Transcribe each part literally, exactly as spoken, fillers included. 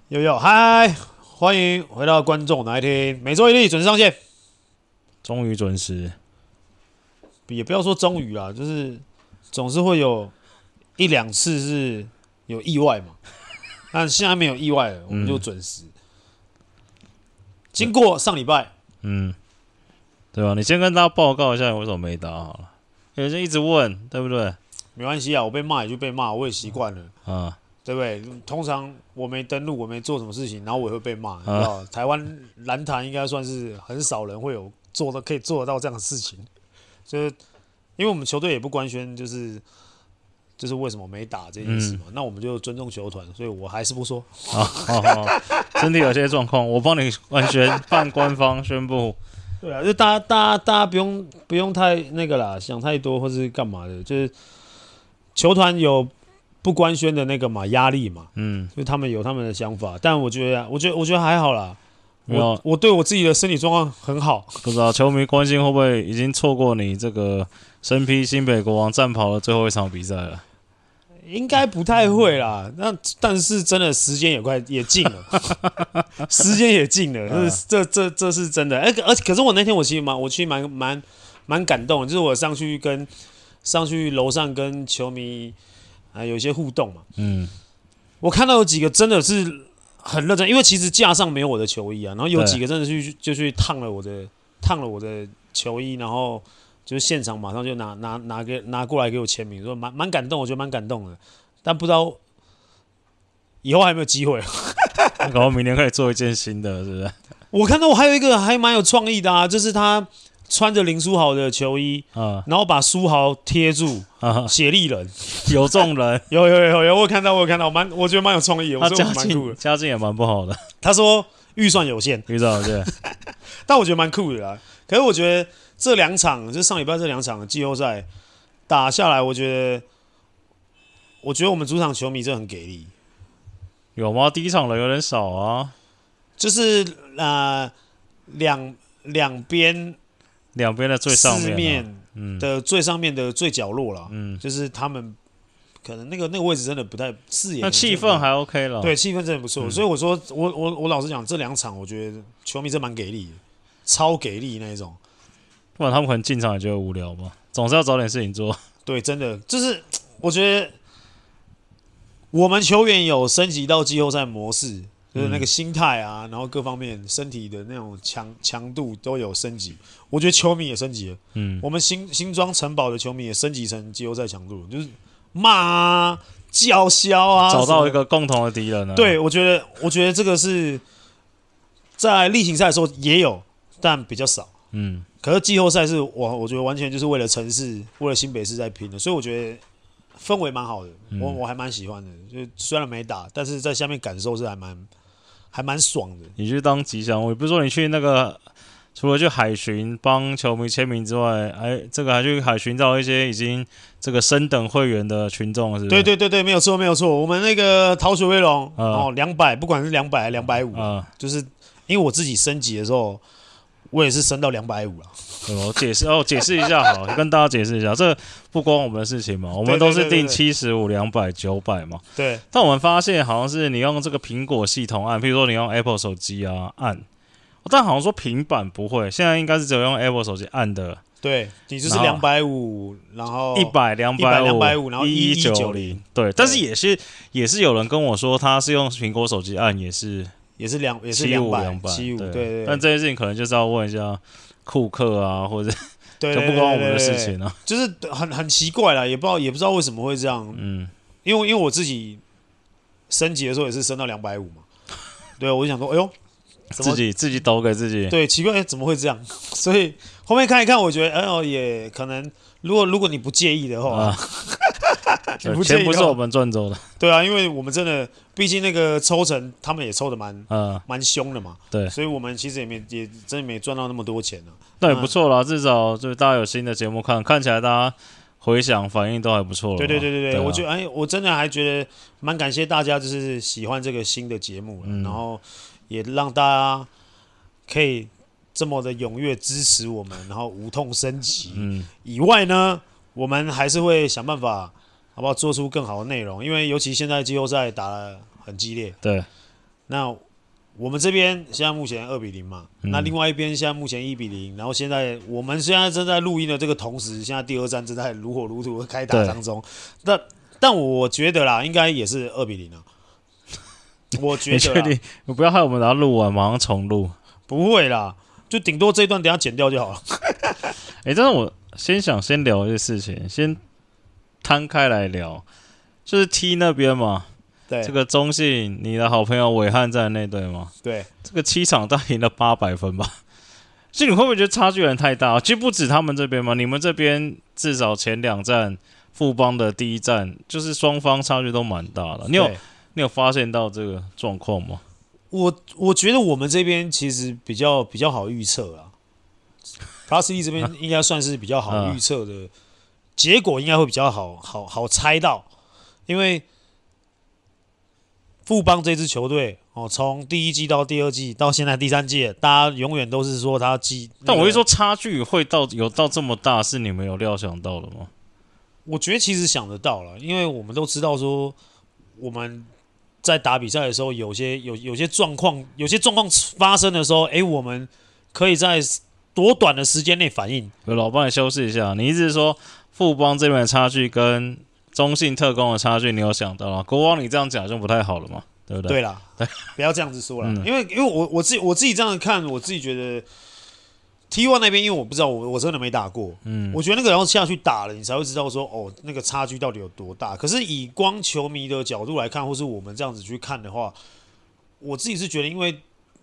有有嗨，欢迎回到观众来听，每周一例准时上线， 终于准时， 也不要说终于啦，就是总是会有一两次是有意外嘛，但现在没有意外了，我们就准时。经过上礼拜， 嗯，对吧？你先跟大家报告一下你为什么没打好了，有人一直问，对不对？ 没关系啊，我被骂也就被骂，我也习惯了。 啊， 对不对？通常我没登录，我没做什么事情，然后我也会被骂。你知道，台湾篮坛应该算是很少人会有做的可以做得到这样的事情，就是因为我们球队也不官宣，就是就是为什么没打这件事嘛。嗯、那我们就尊重球团，所以我还是不说。 好好好，身体有些状况，我帮你完全半官方宣布。 对啊，就大家大家大家不用不用太那个啦，想太多或是干嘛的，就是球团有不官宣的那个嘛压力嘛，嗯，就他们有他们的想法，但我觉得我觉得我觉得还好啦。我我对我自己的身体状况很好。 不知道球迷关心会不会已经错过你这个身披新北国王战袍的最后一场比赛了？ 应该不太会啦，那但是真的时间也快也近了，时间也近了，这这这这是真的。哎、欸，而可是我那天我其实蛮我其实蛮蛮蛮感动的，就是我上去跟上去楼上跟球迷啊有一些互动嘛，嗯，我看到有几个真的是很认真，因为其实架上没有我的球衣啊，然后有几个真的去就去烫了我的烫了我的球衣，然后。就是现场马上就拿拿拿给拿过来给我签名，说蛮蛮感动，我觉得蛮感动的，但不知道以后还有没有机会。 搞不好明年可以做一件新的，是不是？ 我看到我还有一个还蛮有创意的啊，就是他穿着林书豪的球衣，啊、然后把书豪贴住，写立人， 有众人， 有有有有，我有看到我有看到，蛮我觉得蛮有创意的，我觉得蛮酷的， 家境也蛮不好的。 他说预算有限， 预算有限， 但我觉得蛮酷的啦。可是我觉得。这两场，就上礼拜这两场的季后赛打下来，我觉得，我觉得我们主场球迷真的很给力。 有吗？第一场人有点少啊。 就是呃，两两边两边的最上面、啊， 面的最上面的最角落啦，嗯，就是他们可能那个那个位置真的不太视野， 那气氛还 OK 了。 对，气氛真的不错。嗯、所以我说，我我我老实讲，这两场我觉得球迷真蛮给力的，超给力那一种。 不然他们可能进场也觉得无聊吧，总是要找点事情做。 对，真的就是我觉得我们球员有升级到季后赛模式，就是那个心态啊，然后各方面身体的那种强强度都有升级。我觉得球迷也升级了，嗯，我们新新庄城堡的球迷也升级成季后赛强度，就是骂啊、叫嚣啊， 找到一个共同的敌人啊。 对，我觉得我觉得这个是在例行赛的时候也有，但比较少，嗯。可是季后赛是我，我觉得完全就是为了城市，为了新北市在拼的，所以我觉得氛围蛮好的，嗯、我我还蛮喜欢的。就虽然没打，但是在下面感受是还蛮还蛮爽的。 你去当吉祥物，不是说你去那个除了去海巡帮球迷签名之外，哎，这个还去海巡到一些已经这个升等会员的群众，是不是？ 对对对对，没有错没有错。我们那个逃学威龙、嗯、哦，两百，不管是两百还是两百五，就是因为我自己升级的时候。我也是升到两百五了。 我解释哦，解释一下好了，跟大家解释一下，这不关我们的事情嘛，我们都是定七十五、两百、九百嘛。 对。 但我们发现好像是你用这个苹果系统按，譬如说你用 Apple 手机啊按，但好像说平板不会，现在应该是只有用 Apple 手机按的。 对，你就是两百五，然后一百、两百五，然后一一九零。对，但是也是也是有人跟我说，他是用苹果手机按，也是。 也是两也是两百七五，对 对, 对。 但这件事情可能就是要问一下库克啊，或者就不关我们的事情啊。 就是很很奇怪啦，也不知道也不知道为什么会这样。嗯，因为因为我自己升级的时候也是升到两百五嘛。对，我就想说，哎呦， 自己自己抖给自己。 对，奇怪，哎，怎么会这样？所以后面看一看，我觉得，哎呦，也可能，如果如果你不介意的话。啊钱不是我们赚走的， 对啊，因为我们真的，毕竟那个抽成他们也抽的蛮蛮凶的嘛， 对， 所以我们其实也没也真的没赚到那么多钱呢、啊。 那也不错啦，至少就是大家有新的节目看，看起来大家回响反应都还不错了。 对对对对 对, 對、啊，我觉得哎，我真的还觉得蛮感谢大家，就是喜欢这个新的节目、嗯，然后也让大家可以这么的踊跃支持我们，然后无痛升级。嗯，以外呢，我们还是会想办法。好不好？做出更好的内容，因为尤其现在季后赛打得很激烈， 对， 那我们这边现在目前二比零嘛， 嗯、 那另外一边现在目前一比零，然后现在我们现在正在录音的这个同时，现在第二战正在如火如荼的开打当中。但但我觉得啦，应该也是二比零啊。我觉得啦， 你确定？你不要害我们把它录完马上重录。 不会啦，就顶多这一段等一下剪掉就好了。 哎、欸，但是我先想先聊一个事情，先摊开来聊，就是 T 那边嘛。 对， 这个中信，你的好朋友伟汉在那队吗？ 对， 这个七场大赢了八百分吧？所以你会不会觉得差距有点太大？其实不止他们这边嘛，你们这边至少前两站富邦的第一站，就是双方差距都蛮大的。你有你有发现到这个状况吗？ 我我觉得我们这边其实比较比较好预测啦 ，Plus E 这边应该算是比较好预测的，结果应该会比较好好好猜到，因为富邦这支球队哦，从第一季到第二季到现在第三季，大家永远都是说他季、那個， 但我会说差距会到有到这么大，是你们有料想到的吗？ 我觉得其实想得到了，因为我们都知道说我们在打比赛的时候，有些有有些状况，有些状况发生的时候，哎，我们可以在多短的时间内反应。 有老帮你修饰一下，你意思是说富邦这边的差距跟中信特攻的差距，你有想到吗？国王你这样讲就不太好了嘛，对不对？ 对啦，对，不要这样子说啦，嗯、因为因为我我自己我自己这样看，我自己觉得 T 一 那边，因为我不知道我我真的没打过，嗯，我觉得那个要下去打了，你才会知道说哦，那个差距到底有多大。可是以光球迷的角度来看，或是我们这样子去看的话，我自己是觉得，因为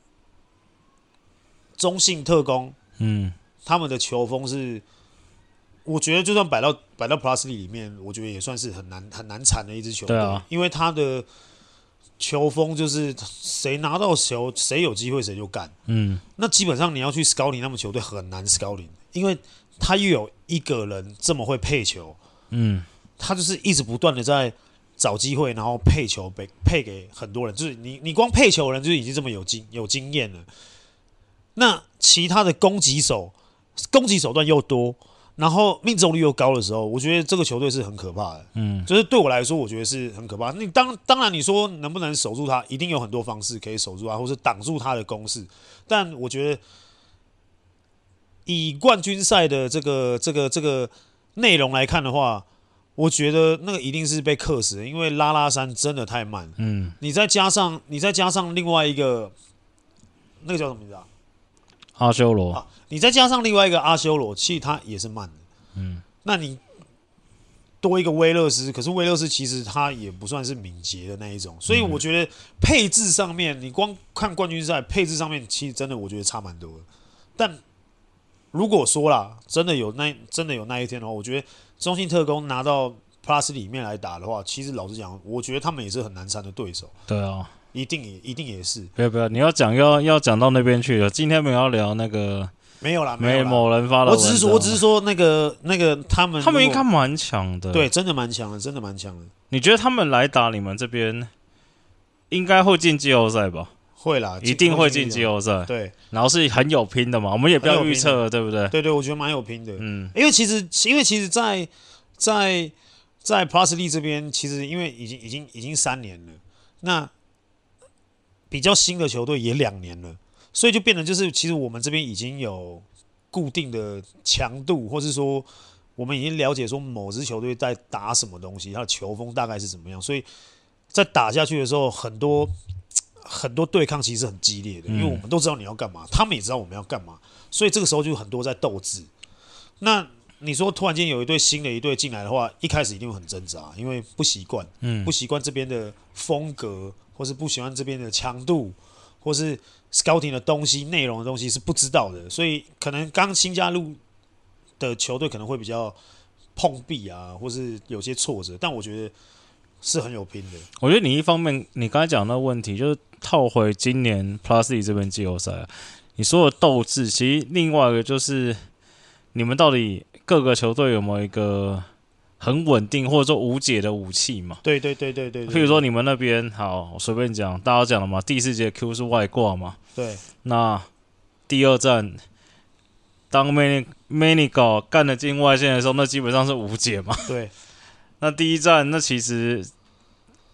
中信特攻，嗯，他们的球风是。我觉得就算摆到摆到 Plus 里面，我觉得也算是很难很难缠的一支球队，啊、因为他的球风就是谁拿到球，谁有机会谁就干。嗯，那基本上你要去 scouting 他们球队很难 scouting， 因为他又有一个人这么会配球，嗯，他就是一直不断的在找机会，然后配球配配给很多人，就是你你光配球的人就已经这么有经有经验了。那其他的攻击手，攻击手段又多。然后命中率又高的时候，我觉得这个球队是很可怕的。嗯，就是对我来说，我觉得是很可怕。你当当然你说能不能守住他，一定有很多方式可以守住他，或是挡住他的攻势。但我觉得以冠军赛的这个这个这个内容来看的话，我觉得那个一定是被克死的，因为拉拉山真的太慢。嗯，你再加上你再加上另外一个那个叫什么名字啊？ 阿修罗、 啊，你再加上另外一个阿修罗，其实他也是慢的。嗯，那你多一个威勒斯，可是威勒斯其实他也不算是敏捷的那一种，所以我觉得配置上面，你光看冠军赛配置上面，其实真的我觉得差蛮多的。但如果说啦，真的有那真的有那一天的话，我觉得中信特攻拿到 Plus 里面来打的话，其实老实讲，我觉得他们也是很难缠的对手。 对啊。 一定也一定也是， 不要不要，你要讲要要讲到那边去了。今天没有要聊那个， 没有啦，没有啦。 某人发的， 我只是说，我只是说那个那个他们， 他们应该蛮强的， 对，真的蛮强的，真的蛮强的。 你觉得他们来打你们这边，应该会进季后赛吧？ 会啦， 一定会进季后赛。 对， 然后是很有拼的嘛，我们也不要预测了，对不对？ 对对，我觉得蛮有拼的。嗯，因为其实因为其实在，在在 Plus League 这边，其实因为已经已经已经三年了，那。比较新的球队也两年了，所以就变成就是，其实我们这边已经有固定的强度，或是说我们已经了解说某支球队在打什么东西，它的球风大概是怎么样，所以在打下去的时候，很多很多对抗其实很激烈的，因为我们都知道你要干嘛，他们也知道我们要干嘛，所以这个时候就很多在斗智。那你说突然间有一队新的一队进来的话，一开始一定会很挣扎，因为不习惯，嗯，不习惯这边的风格。或是不喜欢这边的强度，或是 scouting 的东西、内容的东西是不知道的，所以可能刚新加入的球队可能会比较碰壁啊，或是有些挫折，但我觉得是很有拼的。 我觉得你一方面，你刚才讲的问题就是套回今年 Plus E 这边季后赛、啊，你说的斗志，其实另外一个就是你们到底各个球队有没有一个很稳定或者说无解的武器嘛？ 对对对对 对, 對。 譬如说你们那边，好，我随便讲，大家讲了嘛，第四节 Q 是外挂嘛？ 对。 那第二站，当 Manigo 干得进外线的时候，那基本上是无解嘛？ 对。 那第一站，那其实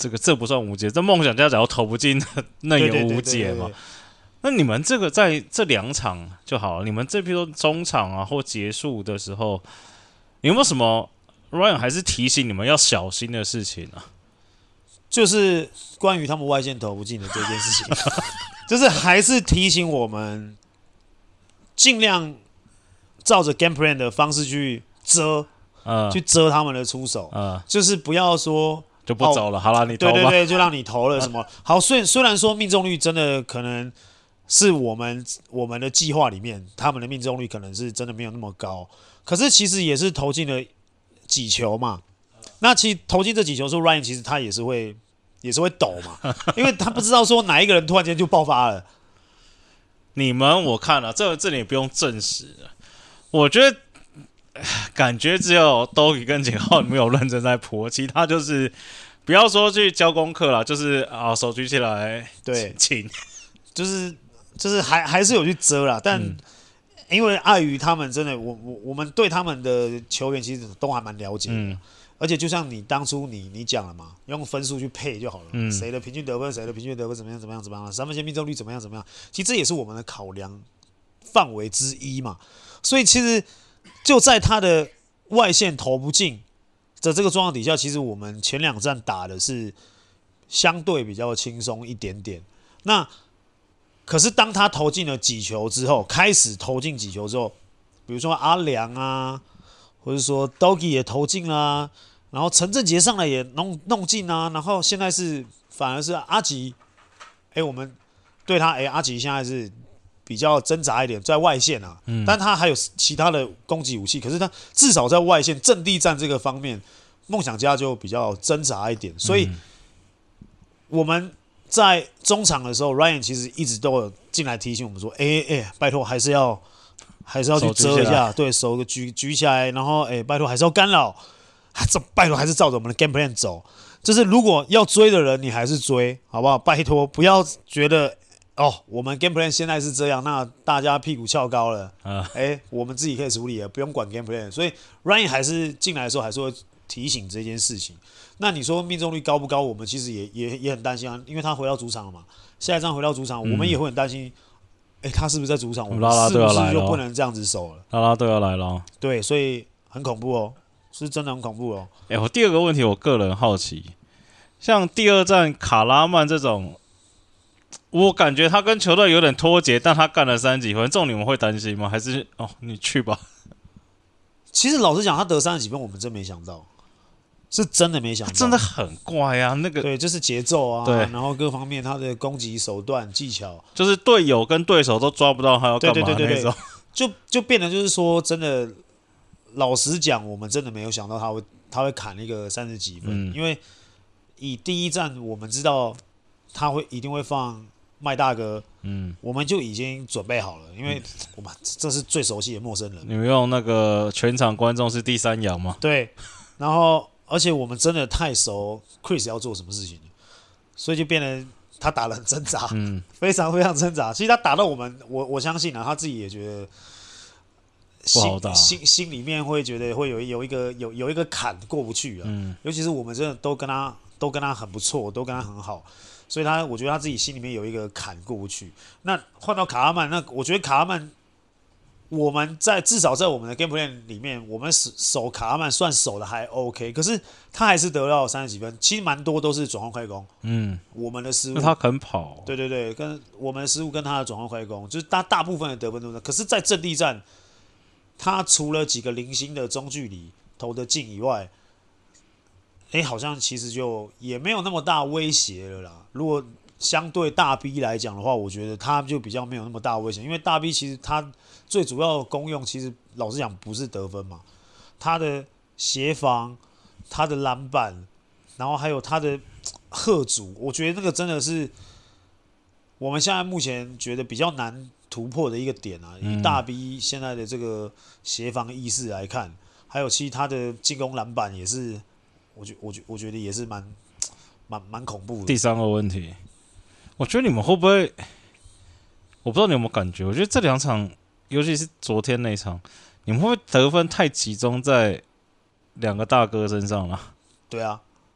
这个这不算无解，这梦想家只要投不进，那也无解嘛。 对对对对对对， 那你们这个在这两场就好了，你们这比如说中场啊或结束的时候，有没有什么 Ryan 还是提醒你们要小心的事情啊？ 就是关于他们外线投不进的这件事情，就是还是提醒我们尽量照着 game plan 的方式去遮， 嗯， 去遮他们的出手， 嗯， 就是不要说就不走了。好了，你投吧。 对对对，就让你投了什么。好，虽虽然说命中率真的可能是我们我们的计划里面，他们的命中率可能是真的没有那么高，可是其实也是投进了几球嘛。那其实投进这几球的时候 ，Ryan 其实他也是会也是会抖嘛，因为他不知道说哪一个人突然间就爆发了。 你们我看了，这这里也不用证实了。我觉得感觉只有 Doggy 跟景浩没有认真在泼，其他就是不要说去交功课啦，就是啊手举起来， 对， 请， 就是就是还还是有去遮啦，但因为碍于他们真的，我我我们对他们的球员其实都还蛮了解的。 嗯， 而且就像你当初你你讲了嘛，用分数去配就好了， 嗯， 谁的平均得分，谁的平均得分怎么样怎么样怎么样，三分线命中率怎么样怎么样，其实这也是我们的考量范围之一嘛。所以其实就在他的外线投不进的这个状况底下，其实我们前两站打的是相对比较轻松一点点。那可是当他投进了几球之后，开始投进几球之后，比如说阿良啊，或者说 Doggy 也投进啦、啊，然后陈振杰上来也弄弄进啊，然后现在是反而是阿吉，哎，我们对他，哎，阿吉现在是比较挣扎一点，在外线啊，嗯、但他还有其他的攻击武器，可是他至少在外线阵地战这个方面，梦想家就比较挣扎一点，所以我们在中场的时候 ，Ryan 其实一直都有进来提醒我们说，哎哎，拜托还是要。还是要去遮一下，对手举举起来，然后哎，拜托还是要干扰，还是拜托还是照着我们的 game plan 走。就是如果要追的人，你还是追，好不好？拜托不要觉得哦，我们 game plan 现在是这样，那大家屁股翘高了，啊，哎，我们自己可以处理了，不用管 game plan。所以 Ryan 还是进来的时候还是会提醒这件事情。那你说命中率高不高？我们其实也也也很担心啊，因为他回到主场了嘛，下一站回到主场，我们也会很担心。哎，他是不是在主场？我们是不是就不能这样子守了？ 啦啦队要来了， 对，所以很恐怖哦，是真的很恐怖哦。 哎，我第二个问题，我个人好奇，像第二站卡拉曼这种，我感觉他跟球队有点脱节，但他干了三十几分，这种你们会担心吗？还是哦，你去吧？ 其实老实讲，他得三十几分，我们真没想到。是真的没想到， 真的很怪啊！那个对，就是节奏啊， 对， 然后各方面他的攻击手段、技巧， 就是队友跟对手都抓不到他要干嘛那种，对对对对对， 就就变得就是说，真的，老实讲，我们真的没有想到他会他会砍一个三十几分，嗯、因为以第一站我们知道他会一定会放麦大哥，嗯，我们就已经准备好了，因为我们这是最熟悉的陌生人。 你们用那个全场观众是第三羊吗？ 对，然后。而且我们真的太熟 Chris 要做什么事情了，所以就变得他打得很挣扎，嗯，非常非常挣扎。其实他打到我们，我我相信啊，他自己也觉得心心心里面会觉得会有有一个有有一个坎过不去啊。嗯，尤其是我们真的都跟他都跟他很不错，都跟他很好，所以他我觉得他自己心里面有一个坎过不去。那换到卡拉曼，那我觉得卡拉曼。我们在至少在我们的 game plan 里面，我们守卡拉曼算守的还 OK， 可是他还是得到三十几分，其实蛮多都是转换快攻。嗯，我们的失误， 他肯跑。 对对对，跟我们的失误跟他的转换快攻，就是大大部分的得分都是。可是，在阵地战，他除了几个零星的中距离投得进以外，哎，好像其实就也没有那么大威胁了啦。如果相对大 B 来讲的话，我觉得他就比较没有那么大威胁，因为大 B 其实他最主要的功用，其实老实讲不是得分嘛，他的协防、他的篮板，然后还有他的贺阻，我觉得那个真的是我们现在目前觉得比较难突破的一个点啊。以大 B 现在的这个协防意识来看，还有其实他的进攻篮板也是，我觉我觉我觉得也是蛮蛮蛮恐怖的。 第三个问题。我觉得你们会不会？我不知道你有没有感觉？我觉得这两场，尤其是昨天那一场，你们会不会得分太集中在两个大哥身上了？ 对啊，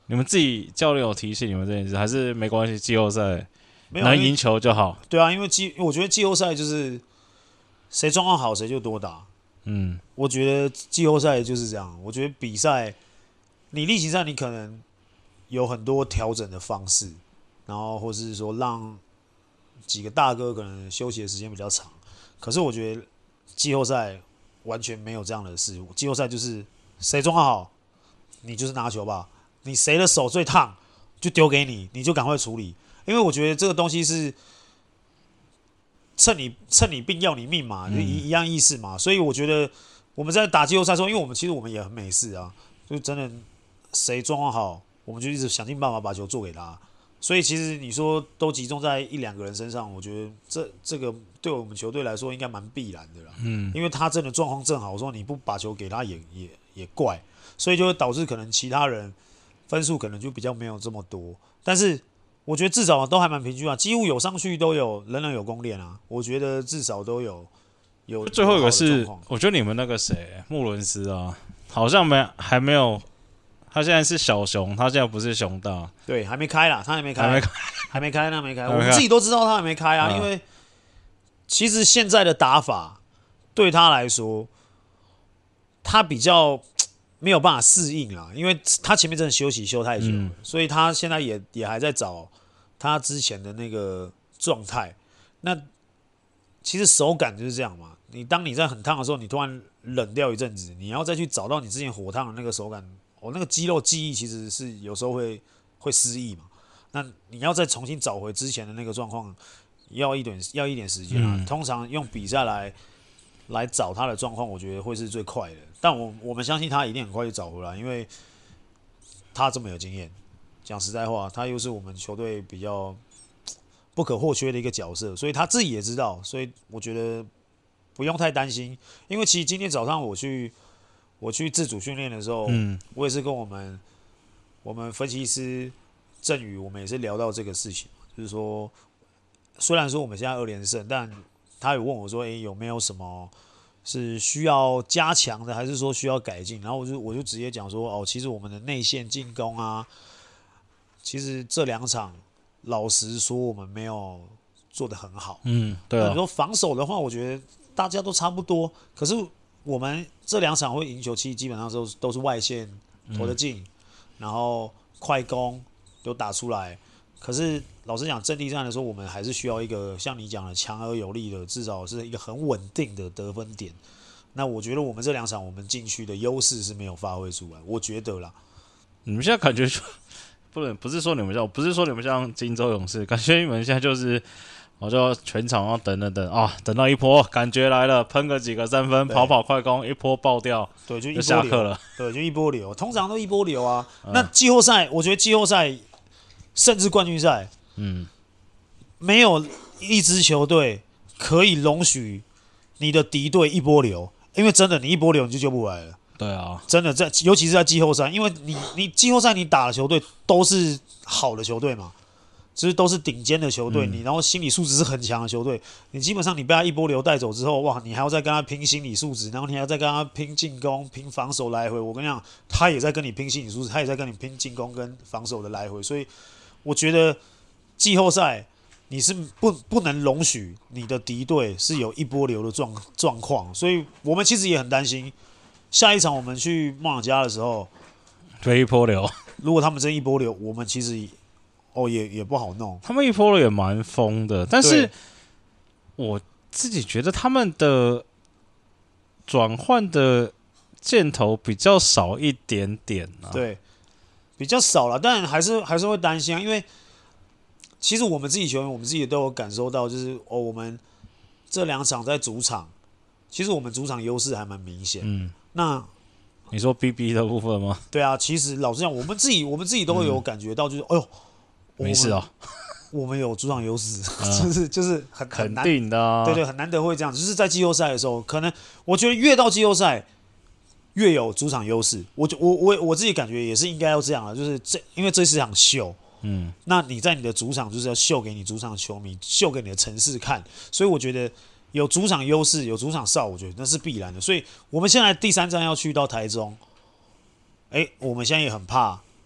你们自己教练有提醒你们这件事，还是没关系？季后赛没有能赢球就好。 对啊，因为季我觉得季后赛就是谁状况好谁就多打。 嗯， 我觉得季后赛就是这样。我觉得比赛，你例行赛你可能有很多调整的方式，然后或是说让几个大哥可能休息的时间比较长。可是我觉得季后赛完全没有这样的事。季后赛就是谁状况好，你就是拿球吧。你谁的手最烫，就丢给你，你就赶快处理。因为我觉得这个东西是趁你趁你病要你命嘛，就一一样意思嘛。所以我觉得我们在打季后赛的时候，因为我们其实我们也很美式啊，就真的谁状况好，我们就一直想尽办法把球做给他。所以其实你说都集中在一两个人身上，我觉得这这个对我们球队来说应该蛮必然的啦。嗯，因为他真的状况正好，我说你不把球给他也也也怪，所以就会导致可能其他人分数可能就比较没有这么多。但是我觉得至少都还蛮平均啊，几乎有上去都有，人人有攻练啊。我觉得至少都有有。 最后一个是，我觉得你们那个谁，穆伦斯啊，好像没还没有。他现在是小熊，他现在不是熊大。 对，还没开啦，他还没开， 还没开， 还没开，那没开。我们自己都知道他还没开啊，嗯、因为其实现在的打法对他来说，他比较没有办法适应啦，因为他前面真的休息休太久了，嗯、所以他现在也也还在找他之前的那个状态。那其实手感就是这样嘛，你当你在很烫的时候，你突然冷掉一阵子，你要再去找到你之前火烫的那个手感。我、哦、那个肌肉记忆其实是有时候会会失忆嘛，那你要再重新找回之前的那个状况，要一点要一点时间啊。嗯、通常用比赛来来找他的状况，我觉得会是最快的。但我我们相信他一定很快就找回来，因为他这么有经验。讲实在话，他又是我们球队比较不可或缺的一个角色，所以他自己也知道，所以我觉得不用太担心。因为其实今天早上我去。我去自主训练的时候，嗯、我也是跟我们我们分析师郑宇，我们也是聊到这个事情，就是说，虽然说我们现在二连胜，但他有问我说，哎，有没有什么是需要加强的，还是说需要改进？然后我就我就直接讲说，哦，其实我们的内线进攻啊，其实这两场老实说，我们没有做得很好。嗯，对、啊。你说防守的话，我觉得大家都差不多，可是。我们这两场会赢球，其实基本上都是都是外线投得进，嗯、然后快攻都打出来。可是老实讲，阵地战的时候，我们还是需要一个像你讲的强而有力的，至少是一个很稳定的得分点。那我觉得我们这两场我们禁区的优势是没有发挥出来，我觉得啦。 你们现在感觉就不能不是说你们像，不是说你们像金州勇士，感觉你们现在就是。我就全场要等等等啊，等到一波感觉来了，喷个几个三分，跑跑快攻，一波爆掉， 对，就一波下课了， 对，就一波流，通常都一波流啊。嗯、那季后赛，我觉得季后赛甚至冠军赛，嗯，没有一支球队可以容许你的敌对一波流，因为真的你一波流你就救不回来了。 对啊， 真的在，尤其是在季后赛，因为你你季后赛你打的球队都是好的球队嘛。其实都是顶尖的球队，嗯、你然后心理素质是很强的球队，你基本上你被他一波流带走之后，哇，你还要再跟他拼心理素质，然后你还要再跟他拼进攻、拼防守来回。我跟你讲，他也在跟你拼心理素质，他也在跟你拼进攻跟防守的来回。所以我觉得季后赛你是不不能容许你的敌对是有一波流的状状况，所以我们其实也很担心，下一场我们去梦想家的时候， 对一波流， 如果他们真一波流，我们其实。哦，也也不好弄。 他们一波了也蛮疯的，但是我自己觉得他们的转换的箭头比较少一点点啊。 对，比较少了，但还是还是会担心啊，因为其实我们自己球员，我们自己都有感受到，就是哦，我们这两场在主场，其实我们主场优势还蛮明显。嗯，那你说 B B 的部分吗？ 对啊，其实老实讲，我们自己我们自己都会有感觉到，就是、嗯、哎呦。 没事啊， 我们有主场优势，嗯、就是就是很很肯定的、啊， 对对，很难得会这样。就是在季后赛的时候，可能我觉得越到季后赛越有主场优势。我我我我自己感觉也是应该要这样的，就是这因为这是场秀，嗯，那你在你的主场就是要秀给你主场的球迷，秀给你的城市看，所以我觉得有主场优势，有主场哨，我觉得那是必然的。所以我们现在第三站要去到台中，哎，我们现在也很怕。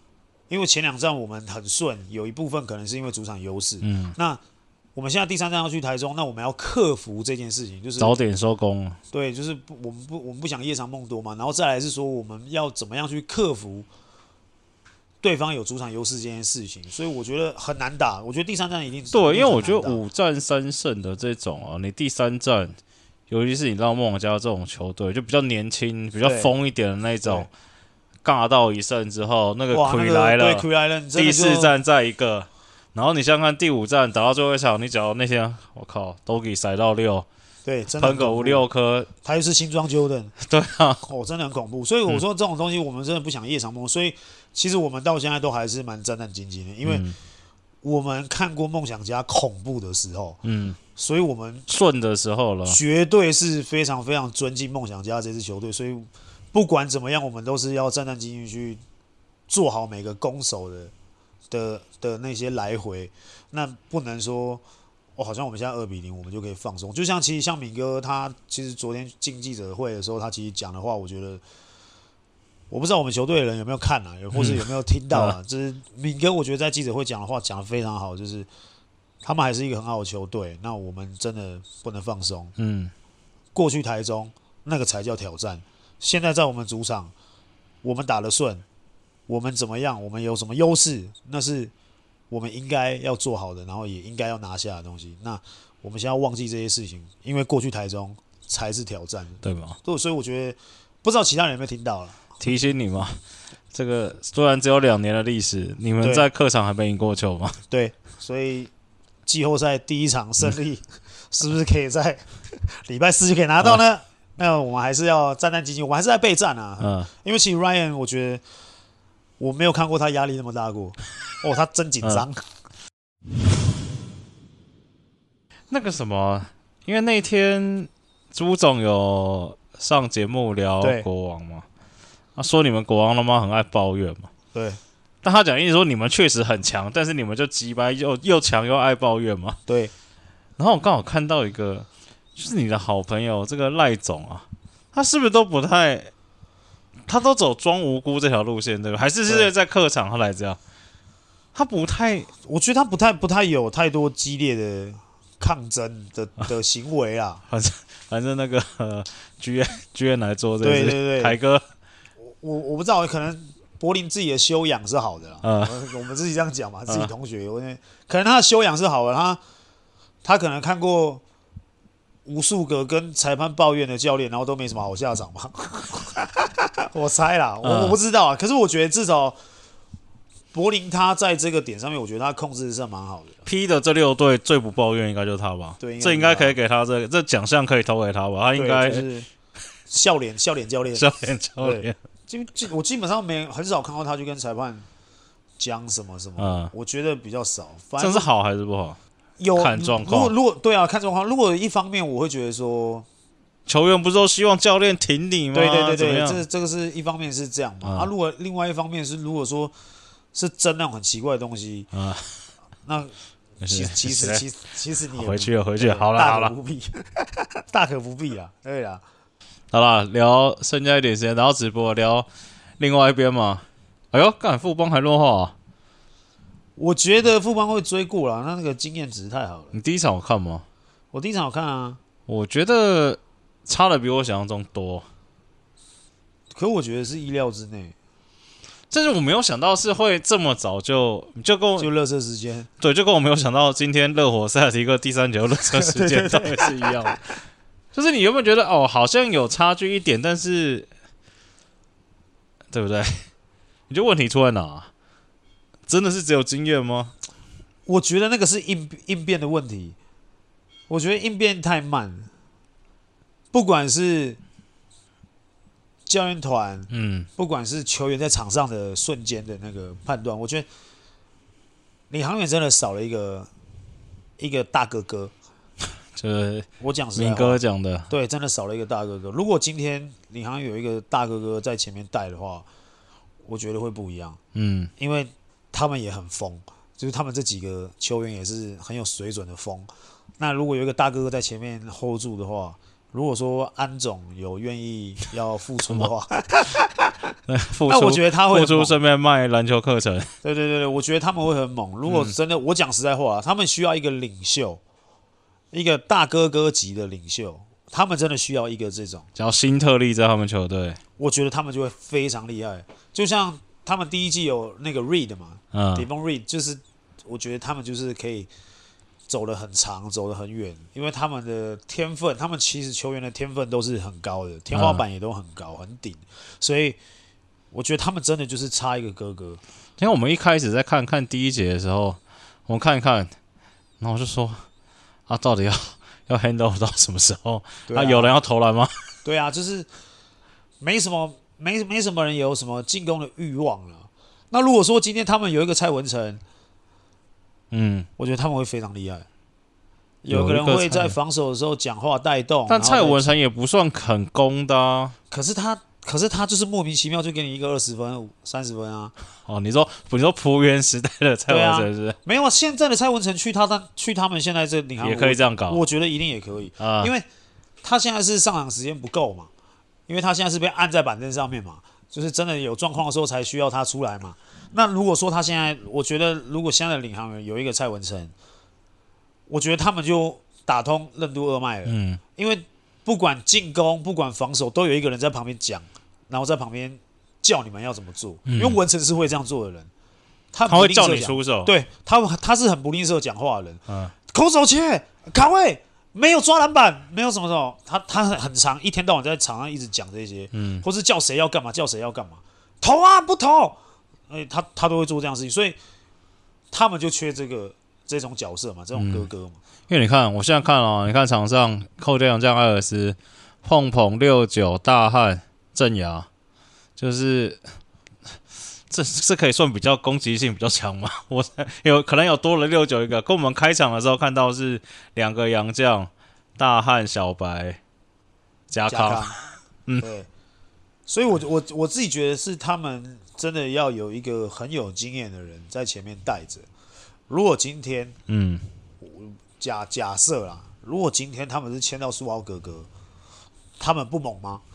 因为前两站我们很顺，有一部分可能是因为主场优势。 嗯， 那我们现在第三站要去台中，那我们要克服这件事情，就是早点收工。 对，就是不我们不我们不想夜长梦多嘛，然后再来是说我们要怎么样去克服对方有主场优势这件事情，所以我觉得很难打。我觉得第三站一定对，因为我觉得五五战三胜的这种啊，你第三战，尤其是你到梦想家这种球队，就比较年轻、比较疯一点的那种，尬到一胜之后，那个亏来了， 对，亏来了， 第四站再一个，然后你想想看第五站打到最后一场，你只要那天我靠都给塞到六， 对，真的喷个五六颗， 他又是新装 Jordan， 对啊， 哦，真的很恐怖。所以我说这种东西我们真的不想夜长梦，所以其实我们到现在都还是蛮战战兢兢的，因为我们看过梦想家恐怖的时候，嗯，所以我们顺的时候了， 绝对是非常非常尊敬梦想家这支球队，所以不管怎么样，我们都是要战战兢兢去做好每个攻守的的的那些来回，那不能说哦，好像我们现在二比零，我们就可以放松。就像其实像敏哥他其实昨天进记者会的时候，他其实讲的话，我觉得我不知道我们球队的人有没有看啊，或是有没有听到啊？嗯、就是敏哥，我觉得在记者会讲的话讲得非常好，就是他们还是一个很好的球队，那我们真的不能放松。嗯，过去台中那个才叫挑战。现在在我们主场，我们打得顺，我们怎么样？我们有什么优势？那是我们应该要做好的，然后也应该要拿下的东西。那我们现在要忘记这些事情，因为过去台中才是挑战， 对吧？ 对，所以我觉得不知道其他人有没有听到了。 提醒你嘛，这个虽然只有两年的历史，你们在客场还没赢过球吗？ 对，所以季后赛第一场胜利是不是可以在礼拜四就可以拿到呢？嗯那我们还是要战战兢兢，我们还是在备战啊。嗯，因为其实 Ryan， 我觉得我没有看过他压力那么大过。哦，他真紧张。嗯、 那个什么，因为那天朱总有上节目聊国王嘛，他说你们国王他妈很爱抱怨嘛。 对。 但他讲意思说你们确实很强，但是你们就鸡掰又又强又爱抱怨嘛。 对。 然后我刚好看到一个。就是你的好朋友这个赖总啊，他是不是都不太，他都走装无辜这条路线，对吧？还是是在客场他来这样，他不太， 我觉得他不太不太有太多激烈的抗争的的行为啦。 反正反正那个呃剧院剧院来做这个， 对对对， 凯哥， 我我不知道，可能柏林自己的修养是好的啦。嗯，我们自己这样讲嘛，自己同学，嗯、可能他的修养是好的，他他可能看过。无数个跟裁判抱怨的教练，然后都没什么好下场吧？我猜啦，我我不知道啊。可是我觉得至少柏林他在这个点上面，我觉得他控制是蛮好的。 P 的这六队最不抱怨应该就是他吧？ 对， 这应该可以给他这个这奖项可以投给他吧？他应该就是笑脸笑脸教练， 笑脸教练。 基我基本上没很少看到他去跟裁判讲什么什么，嗯、我觉得比较少。 这是好还是不好？ 有看状况， 如果如果对啊，看状况。如果一方面我会觉得说， 球员不是都希望教练挺你吗？ 对对对对，这这个是一方面是这样嘛。嗯、啊，如果另外一方面是，如果说是真那种很奇怪的东西，啊、那其其实其实其实你也回去了回去了，好了好了， 大可不必，大可不必啦，对啦。 好啦，聊剩下一点时间，然后直播聊另外一边嘛。哎呦，干富邦还落后啊！ 我觉得富邦会追过啦，那那个经验值太好了。 你第一场有看吗？ 我第一场有看啊。 我觉得差的比我想象中多， 可我觉得是意料之内。 但是我没有想到是会这么早就就跟我就热身时间， 对，就跟我没有想到今天热火塞尔提克第三节热身时间大概是一样的。就是你有没有觉得哦，好像有差距一点，但是对不对？你觉得问题出在哪？真的是只有经验吗？ 我觉得那个是应应变的问题。我觉得应变太慢，不管是教练团，嗯，不管是球员在场上的瞬间的那个判断，我觉得领航员真的少了一个一个大哥哥。 就是我讲是明哥讲的， 对，真的少了一个大哥哥。如果今天领航员有一个大哥哥在前面带的话，我觉得会不一样。嗯，因为他们也很疯，就是他们这几个球员也是很有水准的疯。那如果有一个大哥哥在前面 hold 住的话，如果说安总有愿意要付出的话， 付那我出觉得他会很猛付出顺便卖篮球课程。 对对对对，我觉得他们会很猛。如果真的，我讲实在话，他们需要一个领袖，一个大哥哥级的领袖，他们真的需要一个这种。 只要辛特利在他们球队， 我觉得他们就会非常厉害。就像他们第一季有那个 Reed 嘛， 嗯， Devon Reed， 就是我觉得他们就是可以走得很长，走得很远，因为他们的天分，他们其实球员的天分都是很高的，天花板也都很高、很顶，所以我觉得他们真的就是差一个哥哥。 因为我们一开始在看看第一节的时候，我们看一看，然后我就说啊，到底要要 handle 到什么时候？ 对啊， 啊有人要投篮吗？ 对啊，就是没什么没没什么人有什么进攻的欲望了。那如果说今天他们有一个蔡文成， 嗯， 我觉得他们会非常厉害。 有一个有个人会蔡在防守的时候讲话带动， 但然后再蔡文成也不算很攻的啊。 可是他，可是他就是莫名其妙就给你一个二十分、三十分啊！ 哦，你说你说璞园时代的蔡文成是不是？ 没有啊，现在的蔡文成去他他去他们现在这领航也可以这样搞我，我觉得一定也可以， 啊， 因为他现在是上场时间不够嘛，因为他现在是被按在板凳上面嘛，就是真的有状况的时候才需要他出来嘛。那如果说他现在，我觉得如果现在的领航员有一个蔡文成，我觉得他们就打通任督二脉了， 嗯， 因为不管进攻不管防守，都有一个人在旁边讲，然后在旁边叫你们要怎么做， 嗯因为文成是会这样做的人，他他会叫不吝啬讲你出手， 对他他是很不吝啬讲话的人， 嗯， 空手切卡位。没有抓篮板，没有什么什么，他他很很长，一天到晚在场上一直讲这些， 嗯， 或是叫谁要干嘛，叫谁要干嘛，投啊不投，哎，他他都会做这样的事情，所以他们就缺这个这种角色嘛，这种哥哥嘛。 因为你看，我现在看哦，你看场上寇队长将艾尔斯、碰碰六九、大汉、郑雅，就是这这可以算比较攻击性比较强吗？我有可能有多了六九一个，跟我们开场的时候看到是两个洋将，大汉、小白、加康， 加康嗯， 对，所以我我我自己觉得是他们真的要有一个很有经验的人在前面带着。如果今天嗯， 假假设啦，如果今天他们是签到苏豪哥哥，他们不猛吗？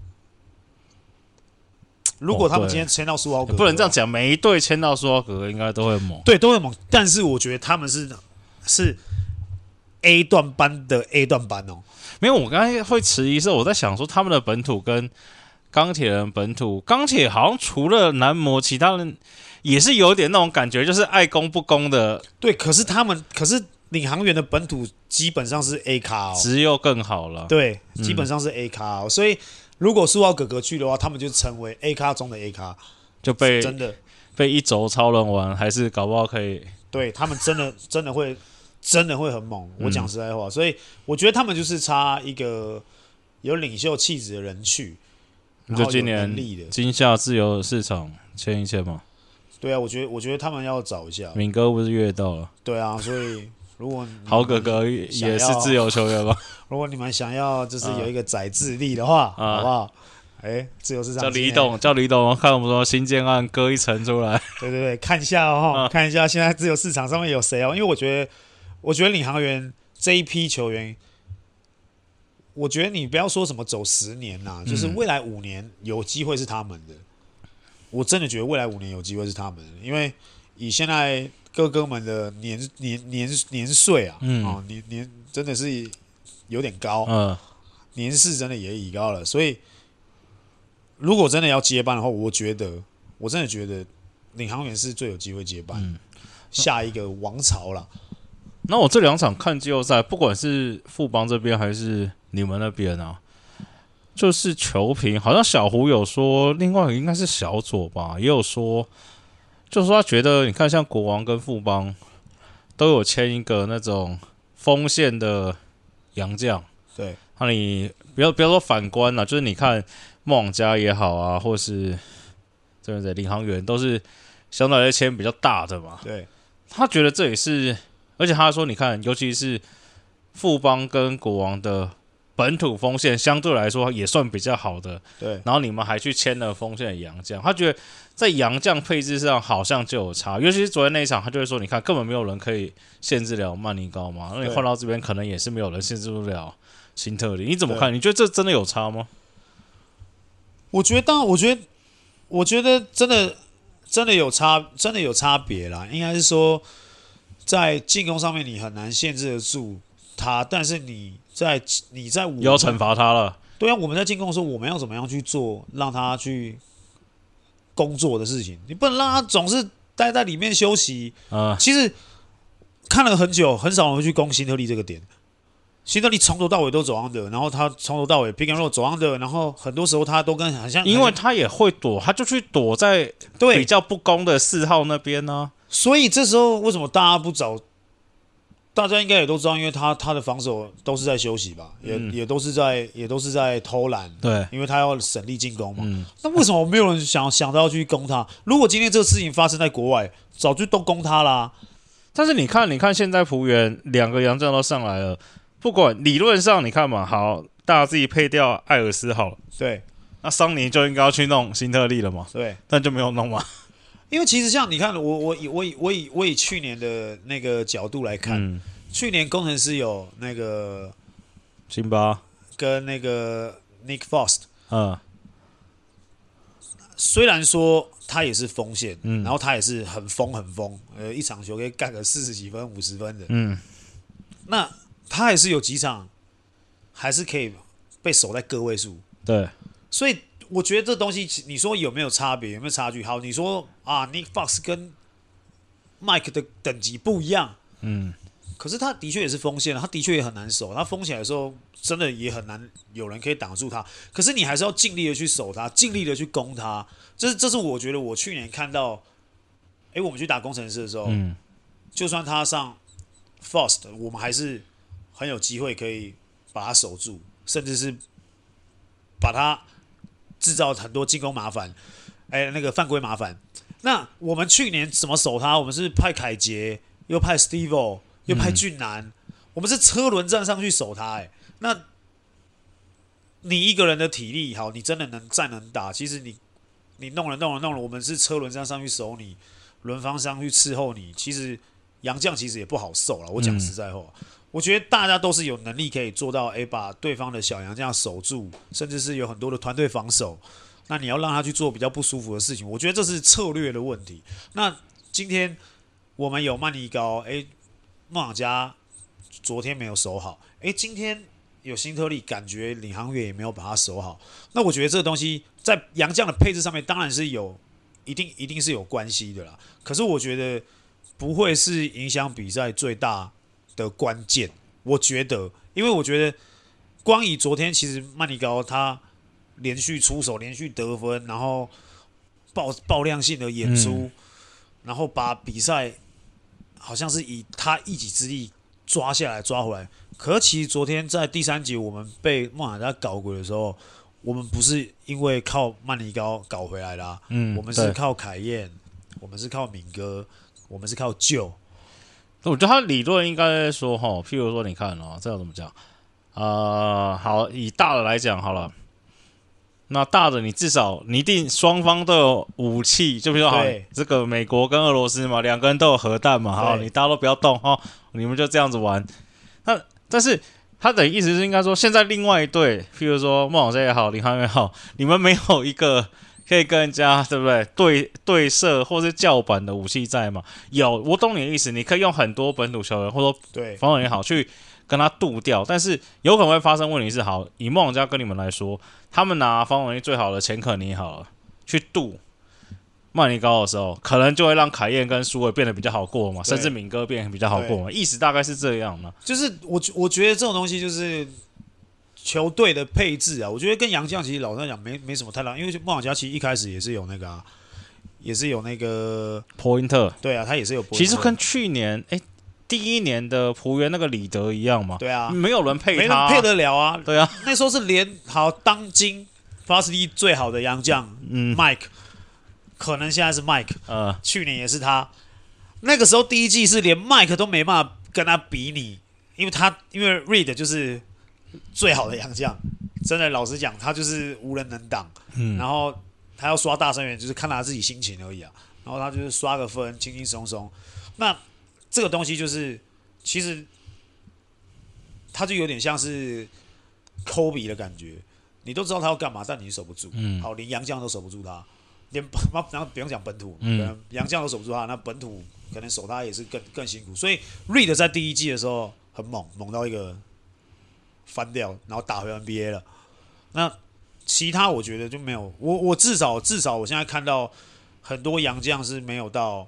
如果他们今天签到苏豪格格， 不能这样讲，每一队签到苏豪格格应该都会猛， 对，都会猛。但是我觉得他们是是 A 段班的 A 段班哦。 没有，我刚才会迟疑是我在想说他们的本土跟钢铁人本土，钢铁好像除了男模，其他人也是有点那种感觉，就是爱攻不攻的。 对，可是他们可是领航员的本土基本上是 A 咖哦， 值又更好了。 对，基本上是 A 咖哦，所以。如果苏豪哥哥去的话，他们就成为 A 咖中的 A 咖， 就被真的被一轴超人玩，还是搞不好可以。 对他们真的真的会真的会很猛。我讲实在话，所以我觉得他们就是差一个有领袖气质的人去， 就今年金夏自由市场签一签嘛。 对啊，我觉得我觉得他们要找一下。 敏哥不是约到了？ 对啊，所以如果豪哥哥也是自由球员吗？ 如果你们想要就是有一个宰智力的话， 啊、 好不好？哎，自由市场叫李董，叫李董，看我们说新建案割一层出来。 对对对，看一下哦，啊、看一下现在自由市场上面有谁哦？因为我觉得，我觉得领航员这一批球员，我觉得你不要说什么走十年啦、啊，就是未来五年有机会是他们的。我真的觉得未来五年有机会是他们的，因为以现在哥哥们的年年年年岁啊，嗯，哦，年年真的是有点高，嗯，年事真的也已高了，所以如果真的要接班的话，我觉得我真的觉得领航员是最有机会接班，嗯、下一个王朝啦。 那我这两场看季后赛，不管是富邦这边还是你们那边啊，就是球评，好像小胡有说，另外一个应该是小左吧，也有说。就是说，他觉得你看，像国王跟富邦都有签一个那种锋线的洋将， 对， 那你不要不要说反观了，就是你看梦想家也好啊，或是这边的领航员，都是相对来签比较大的嘛。 对， 他觉得这也是，而且他说，你看，尤其是富邦跟国王的本土锋线相对来说也算比较好的， 对。 然后你们还去签了锋线的洋将，他觉得在洋将配置上好像就有差，尤其是昨天那一场，他就会说，你看根本没有人可以限制了曼尼高嘛，那你换到这边可能也是没有人限制不了辛特利，你怎么看？你觉得这真的有差吗？ 我觉得，当然，我觉得我觉得真的真的有差，真的有差别啦。应该是说，在进攻上面你很难限制得住他，但是你在你在要惩罚他了。 对啊，我们在进攻的时候，我们要怎么样去做，让他去工作的事情？你不能让他总是待在里面休息。 啊、 其实看了很久，很少人会去攻辛特利这个点。辛特利从头到尾都走 under， 然后他从头到尾 pick and roll 走 under， 然后很多时候他都跟好像， 因为他也会躲，他就去躲在比较不攻的四号那边呢、啊。 所以这时候为什么大家不找？大家应该也都知道，因为他他的防守都是在休息吧，也、嗯、也都是在也都是在偷懒， 对， 因为他要省力进攻嘛。 嗯、 那为什么没有人想想到要去攻他？如果今天这个事情发生在国外，早就都攻他啦。 但是你看，你看现在璞园两个洋将都上来了，不管理论上你看嘛，好，大家自己配掉艾尔斯好了， 对， 那桑尼就应该要去弄辛特利了嘛， 对， 但就没有弄嘛。 因为其实像你看，我我以我以我以我以去年的那个角度来看，嗯、去年工程师有那个辛巴跟那个 Nick Faust， 嗯， 虽然说他也是锋线， 嗯， 然后他也是很疯很疯，呃，一场球可以干个四十几分、五十分的， 嗯， 那他还是有几场还是可以被守在个位数， 对， 所以。我觉得这东西，你说有没有差别？有没有差距？好，你说啊，Nick Fox 跟 Mike 的等级不一样， 嗯， 可是他的确也是锋线，他的确也很难守。他封起来的时候，真的也很难有人可以挡住他。可是你还是要尽力的去守他，尽力的去攻他。这是这是我觉得我去年看到，哎，我们去打工程师的时候， 嗯， 就算他上 Faust， 我们还是很有机会可以把他守住，甚至是把他。制造很多进攻麻烦，哎，那个犯规麻烦。那我们去年怎么守他？我们是派凯杰，又派 Steve， 又派俊男，嗯、我们是车轮战上去守他。哎，那你一个人的体力好，你真的能站能打？其实你你弄了弄了弄了，我们是车轮战上去守你，轮番上去伺候你。其实洋将其实也不好受了。我讲实在话。嗯我觉得大家都是有能力可以做到，哎，把对方的小洋这样守住，甚至是有很多的团队防守。那你要让他去做比较不舒服的事情，我觉得这是策略的问题。那今天我们有曼尼高，哎，梦想家昨天没有守好，哎，今天有辛特利，感觉领航员也没有把它守好。那我觉得这个东西在洋将的配置上面，当然是有一定一定是有关系的啦。可是我觉得不会是影响比赛最大的关键，我觉得，因为我觉得光以昨天，其实曼尼高他连续出手、连续得分，然后爆爆量性的演出，嗯、然后把比赛好像是以他一己之力抓下来、抓回来。可是其实昨天在第三节我们被梦想家搞鬼的时候，我们不是因为靠曼尼高搞回来的、啊，嗯，我们是靠凯燕，我们是靠敏哥，我们是靠救。 我觉得他理论应该说哈，譬如说你看哦，这要怎么讲？呃，好，以大的来讲好了，那大的你至少你一定双方都有武器，就比如说好，这个美国跟俄罗斯嘛，两个人都有核弹嘛，好，你大家都不要动哈，你们就这样子玩。那但是他的意思是应该说，现在另外一队，譬如说梦想家也好，领航员也好，你们没有一个。可以跟人家对不对对对射或是叫板的武器在嘛？有，我懂你的意思。你可以用很多本土球员或者说防守人也好去跟他渡掉，但是有可能会发生问题是，好，以梦想家跟你们来说，他们拿防守能力最好的钱可尼好了去渡曼尼高的时候，可能就会让凯燕跟苏伟变得比较好过嘛，甚至敏哥变得比较好过嘛。意思大概是这样嘛。 就是我我觉得这种东西就是。球队的配置啊，我觉得跟洋将其实老实讲没没什么太大，因为梦想家其实一开始也是有那个、啊，也是有那个 Pointer， 对啊，他也是有 Pointer。 其实跟去年哎第一年的璞园那个李德一样嘛， 对啊， 没有人配他、 啊，没人配得了啊， 对啊， 那时候是连好当今 Varsity 最好的洋将，嗯 ，Mike， 可能现在是 Mike， 呃，去年也是他，那个时候第一季是连 Mike 都没办法跟他比拟，因为他因为 Reed 就是。最好的洋将，真的老实讲，他就是无人能挡。嗯，然后他要刷大声援，就是看他自己心情而已啊。然后他就是刷个分，轻轻松松。那这个东西就是，其实他就有点像是科比的感觉。你都知道他要干嘛，但你守不住。嗯，好，连洋将都守不住他。 连妈不用讲本土， 嗯可能洋将都守不住他，那本土可能守他也是更更辛苦。所以 Reed 在第一季的时候很猛，猛到一个翻掉，然后打回 N B A 了。那其他我觉得就没有，我我至少至少我现在看到很多洋将是没有到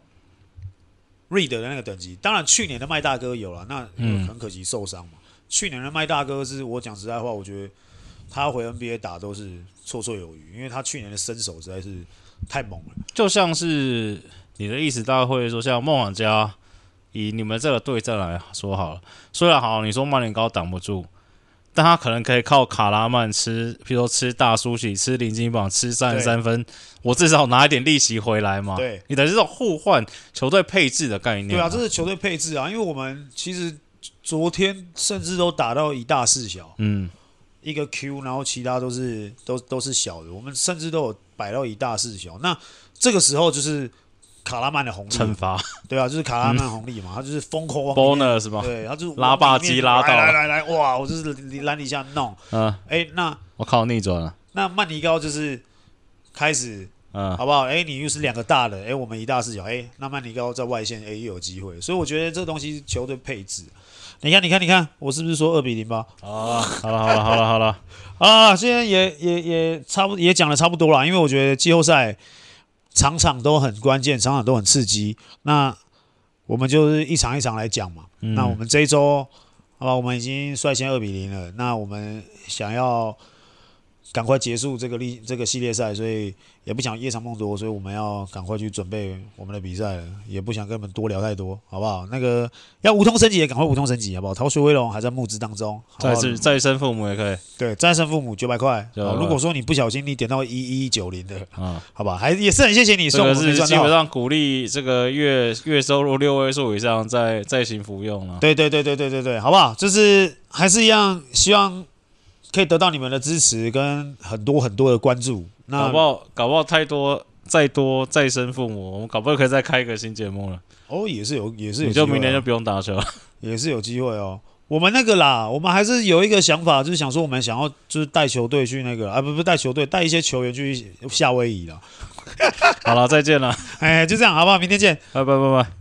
Reed 的那个等级。当然去年的麦大哥有了，那很可惜受伤嘛。嗯、去年的麦大哥是我讲实在话，我觉得他回 N B A 打都是绰绰有余，因为他去年的身手实在是太猛了。 就像是你的意思，大概会说像梦想家，以你们这个对战来说好了，虽然好，你说曼联高挡不住。但他可能可以靠卡拉曼吃，比如说吃大苏喜、吃林金榜、吃三十三分，我至少拿一点利息回来嘛。 对， 你的这种互换球队配置的概念、啊。 对啊，这是球队配置啊，因为我们其实昨天甚至都打到一大四小， 嗯， 一个 Q， 然后其他都是都都是小的，我们甚至都有摆到一大四小。那这个时候就是卡拉曼的红利惩罚， 对啊，就是卡拉曼红利嘛，嗯、他就是疯狂 bonus 吧， 对，他就是拉霸机拉到， 来来来，哇，我就是篮底下弄， 嗯， 哎、欸，那我靠逆转了， 那曼尼高就是开始，嗯，好不好？哎、欸，你又是两个大的，哎、欸，我们一大四小，哎、欸，那曼尼高在外线，哎、欸，又有机会，所以我觉得这东西球队配置，你看，你看，你看，我是不是说二比零吧？ 啊，好了，好了，好了，好了， 啊，现在也也也差不多，也讲的差不多了，因为我觉得季后赛。场场都很关键，场场都很刺激。那我们就是一场一场来讲嘛。嗯、那我们这一周，好吧，我们已经率先二比零了。那我们想要赶快结束这个例这个系列赛，所以也不想夜长梦多，所以我们要赶快去准备我们的比赛了，也不想跟你们多聊太多，好不好？那个要无痛升级也赶快无痛升级，好不好？逃学威龙还在募资当中， 再次再生父母也可以， 对，再生父母九百块。如果说你不小心你点到一一九零的，嗯，好吧，还也是很谢谢你送我们这个是基本上鼓励这个月月收入六位数以上再再行服用了。 对对对对对对对，好不好？就是还是一样，希望。可以得到你们的支持跟很多很多的关注，那搞不好搞不好太多再多再生父母，我们搞不好可以再开一个新节目了。 哦，也是有也是有、啊， 你就明年就不用打球了， 也是有机会哦。我们那个啦，我们还是有一个想法，就是想说我们想要就是带球队去那个啊，不不带球队，带一些球员去夏威夷啦。 好了，再见了， 哎，就这样，好不好？明天见， 拜拜拜拜。